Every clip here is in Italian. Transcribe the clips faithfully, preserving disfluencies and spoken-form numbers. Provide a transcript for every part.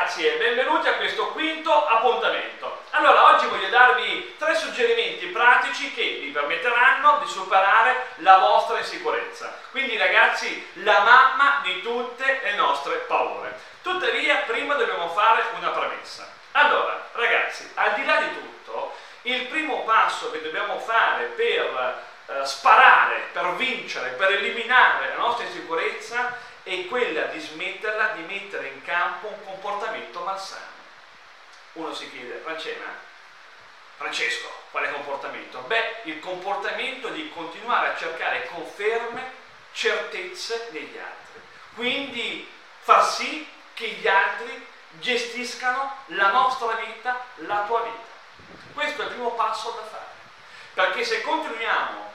ragazzi e benvenuti a questo quinto appuntamento. Allora, oggi voglio darvi tre suggerimenti pratici che vi permetteranno di superare la vostra insicurezza. Quindi ragazzi, la mamma di tutte le nostre paure. Tuttavia, prima dobbiamo fare una premessa. Allora, ragazzi, al di là di tutto, il primo passo che dobbiamo fare per eh, sparare, per vincere, per eliminare la nostra insicurezza è quella di smetterla di mettere in campo un comportamento malsano. Uno si chiede, Francesca, Francesco, quale comportamento? Beh, il comportamento di continuare a cercare conferme, certezze negli altri. Quindi far sì che gli altri gestiscano la nostra vita, la tua vita. Questo è il primo passo da fare. Perché se continuiamo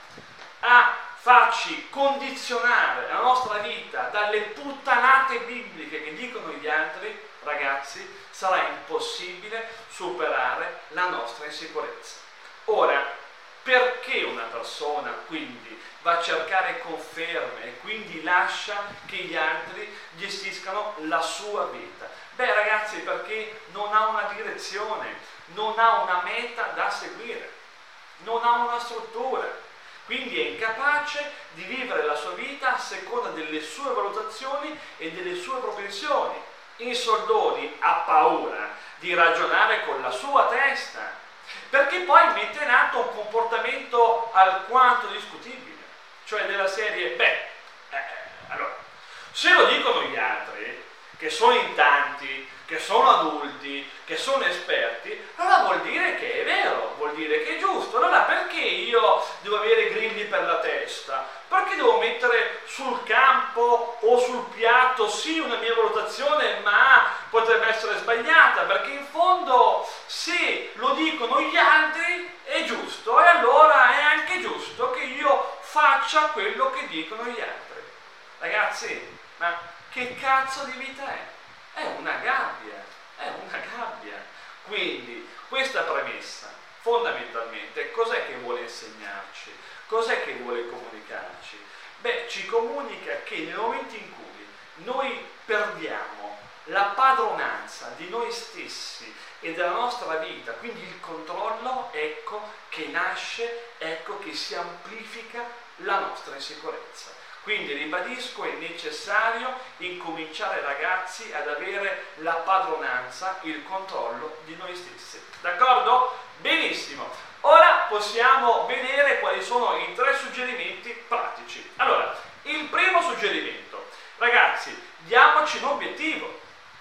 a farci condizionare la nostra vita dalle puttanate bibliche che dicono gli altri, ragazzi, sarà impossibile superare la nostra insicurezza. Ora, perché una persona quindi va a cercare conferme e quindi lascia che gli altri gestiscano la sua vita? Beh, ragazzi, perché non ha una direzione, non ha una meta da seguire, non ha una struttura. Quindi è incapace di vivere la sua vita a seconda delle sue valutazioni e delle sue propensioni. In soldoni ha paura di ragionare con la sua testa, perché poi mette in atto un comportamento alquanto discutibile, cioè della serie, beh, eh, allora, se lo dicono gli altri, che sono in tanti, che sono adulti, che sono esperti, allora vuol dire che è vero, vuol dire che è giusto. Allora perché io devo avere grilli per la testa? Perché devo mettere sul campo o sul piatto sì una mia valutazione, ma potrebbe essere sbagliata? Perché in fondo se lo dicono gli altri è giusto e allora è anche giusto che io faccia quello che dicono gli altri. Ragazzi, ma che cazzo di vita è? È una gabbia, è una gabbia. Quindi questa premessa fondamentalmente cos'è che vuole insegnarci? Cos'è che vuole comunicarci? Beh, ci comunica che nel momento in cui noi perdiamo la padronanza di noi stessi e della nostra vita, quindi il controllo, ecco che nasce, ecco che si amplifica la nostra insicurezza. Quindi ribadisco, è necessario incominciare ragazzi ad avere la padronanza, il controllo di noi stessi. D'accordo? Benissimo. Ora possiamo vedere quali sono i tre suggerimenti pratici. Allora, il primo suggerimento. Ragazzi, diamoci un obiettivo,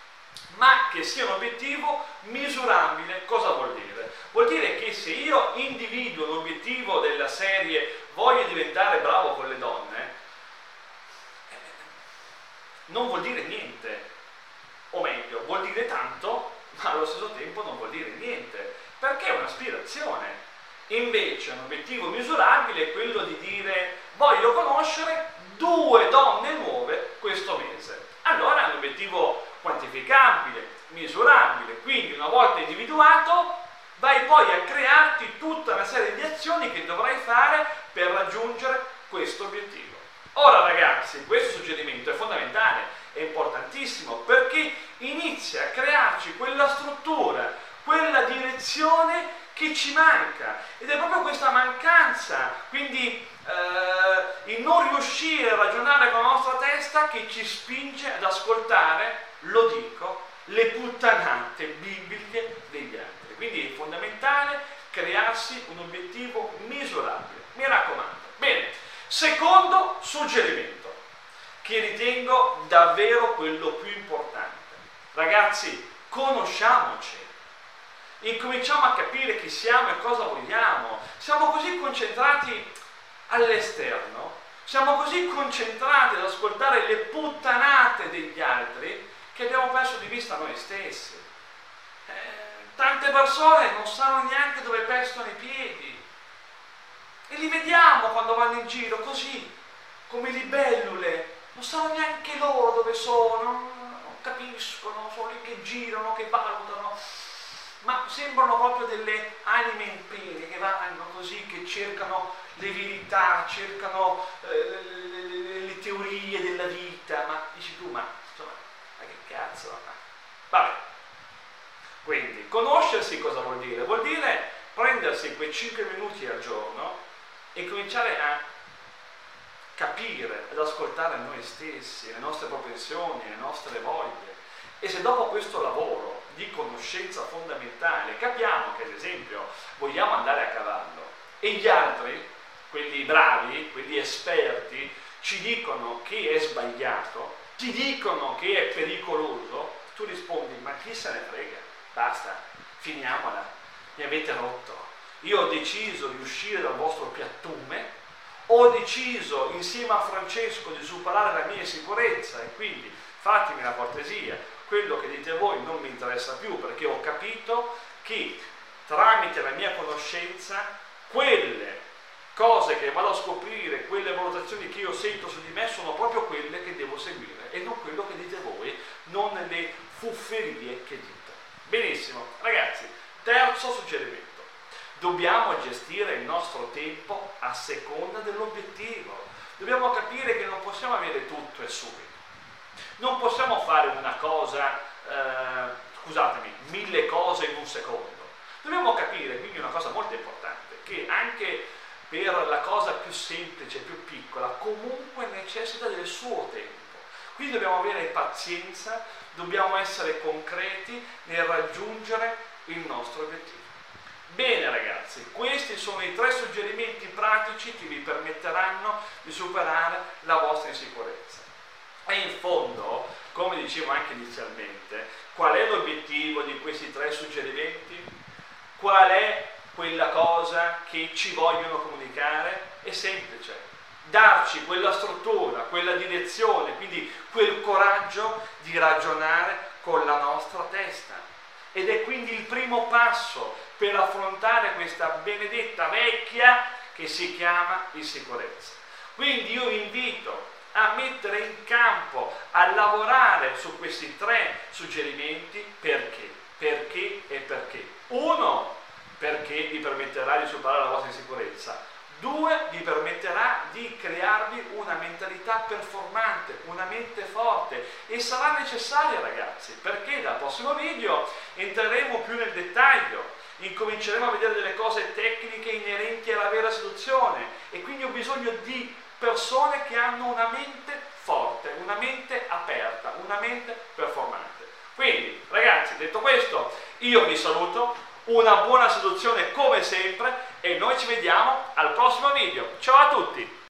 ma che sia un obiettivo misurabile. Cosa vuol dire? Vuol dire che se io individuo un obiettivo della serie voglio diventare bravo con le donne, non vuol dire niente, o meglio, vuol dire tanto, ma allo stesso tempo non vuol dire niente, perché è un'aspirazione. Invece un obiettivo misurabile è quello di dire voglio conoscere due donne nuove questo mese. Allora è un obiettivo quantificabile, misurabile, quindi una volta individuato vai poi a crearti tutta una serie di azioni che dovrai fare per raggiungere questo obiettivo. Ora ragazzi, questo suggerimento è fondamentale, è importantissimo, perché inizia a crearci quella struttura, quella direzione che ci manca, ed è proprio questa mancanza, quindi eh, il non riuscire a ragionare con la nostra testa, che ci spinge ad ascoltare, lo dico, le puttanate bibliche degli altri. Quindi è fondamentale crearsi un obiettivo misurabile, mi raccomando. Bene. Secondo suggerimento, che ritengo davvero quello più importante. Ragazzi, conosciamoci, incominciamo a capire chi siamo e cosa vogliamo. Siamo così concentrati all'esterno, siamo così concentrati ad ascoltare le puttanate degli altri che abbiamo perso di vista noi stessi. Eh, tante persone non sanno neanche dove pestano i piedi. E li vediamo quando vanno in giro così, come libellule, non sanno neanche loro dove sono, non capiscono, sono lì che girano, che valutano, ma sembrano proprio delle anime impere che vanno così, che cercano le verità, cercano eh, le, le, le teorie della vita, ma dici tu, ma insomma, ma che cazzo? Vabbè, Arrendersi cosa vuol dire? Vuol dire prendersi quei cinque minuti al giorno e cominciare a capire, ad ascoltare noi stessi, le nostre propensioni, le nostre voglie. E se dopo questo lavoro di conoscenza fondamentale capiamo che, ad esempio, vogliamo andare a cavallo e gli altri, quelli bravi, quelli esperti, ci dicono che è sbagliato, ti dicono che è pericoloso, tu rispondi: ma chi se ne frega, basta, finiamola, mi avete rotto, io ho deciso di uscire dal vostro piattume, ho deciso insieme a Francesco di superare la mia insicurezza e quindi fatemi la cortesia, quello che dite voi non mi interessa più, perché ho capito che tramite la mia conoscenza quelle cose che vado a scoprire, quelle valutazioni che io sento su di me sono proprio quelle che devo seguire e non quello che dite voi, non le fufferie che dite. Benissimo, ragazzi, terzo suggerimento. Dobbiamo gestire il nostro tempo a seconda dell'obiettivo. Dobbiamo capire che non possiamo avere tutto e subito. Non possiamo fare una cosa, eh, scusatemi, mille cose in un secondo. Dobbiamo capire, quindi una cosa molto importante, che anche per la cosa più semplice, più piccola, comunque necessita del suo tempo. Quindi dobbiamo avere pazienza, dobbiamo essere concreti nel raggiungere il nostro obiettivo. Bene ragazzi, questi sono i tre suggerimenti pratici che vi permetteranno di superare la vostra insicurezza. E in fondo, come dicevo anche inizialmente, qual è l'obiettivo di questi tre suggerimenti? Qual è quella cosa che ci vogliono comunicare? È semplice: darci quella struttura, quella direzione, quindi quel coraggio di ragionare con la nostra testa. Ed è quindi il primo passo per affrontare questa benedetta vecchia che si chiama insicurezza. Quindi io vi invito a mettere in campo, a lavorare su questi tre suggerimenti. Perché? Perché e perché? Uno, perché vi permetterà di superare la vostra insicurezza. Due, vi permetterà di crearvi una mentalità performante, una mente forte, e sarà necessaria ragazzi, perché dal prossimo video entreremo più nel dettaglio, incominceremo a vedere delle cose tecniche inerenti alla vera seduzione e quindi ho bisogno di persone che hanno una mente forte, una mente aperta, una mente performante. Quindi ragazzi, detto questo, io vi saluto, una buona seduzione come sempre e noi ci vediamo al prossimo video. Ciao a tutti!